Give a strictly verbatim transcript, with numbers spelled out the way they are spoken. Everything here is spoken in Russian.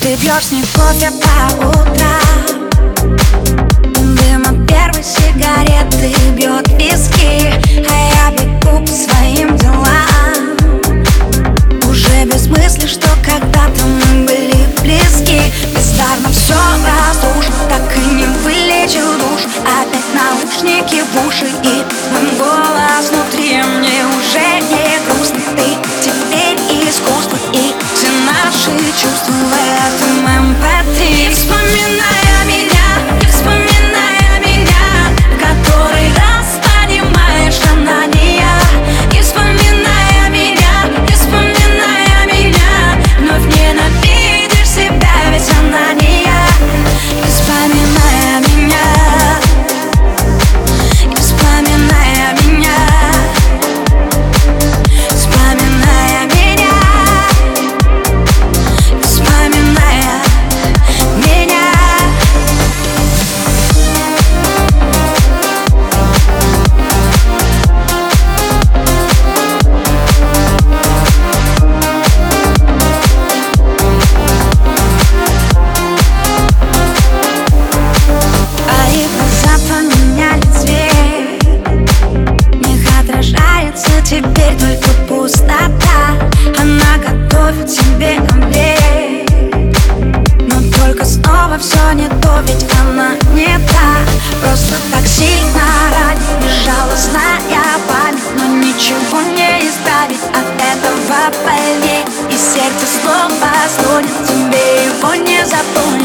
Ты пьешь с ней кофе по утрам, дым от первой сигареты бьет виски, а я бегу по своим делам. Уже без мысли, что когда-то мы были близки. Бездарно все разрушил, так и не вылечил душ. Опять наушники в уши и мой голос внутри. Мне уже не грустно, ты теперь искусство, и все наши чувства в этом эм пэ три. И вспоминая меня, и вспоминая меня, в который раз понимаешь, она не я. И вспоминая меня, и вспоминая меня, вновь ненавидишь себя, ведь она не я. И вспоминая меня, и вспоминая меня, вспоминая меня, вспоминая меня. А их глаза поменяли цвет, в них отражается теперь только пустота. Она готовит себе омлет, но только снова все не то, ведь она не та. Просто так сильно ранит безжалостная память, но ничего не избавить от этого больней. И сердце снова стонет, тебе его не запомнить.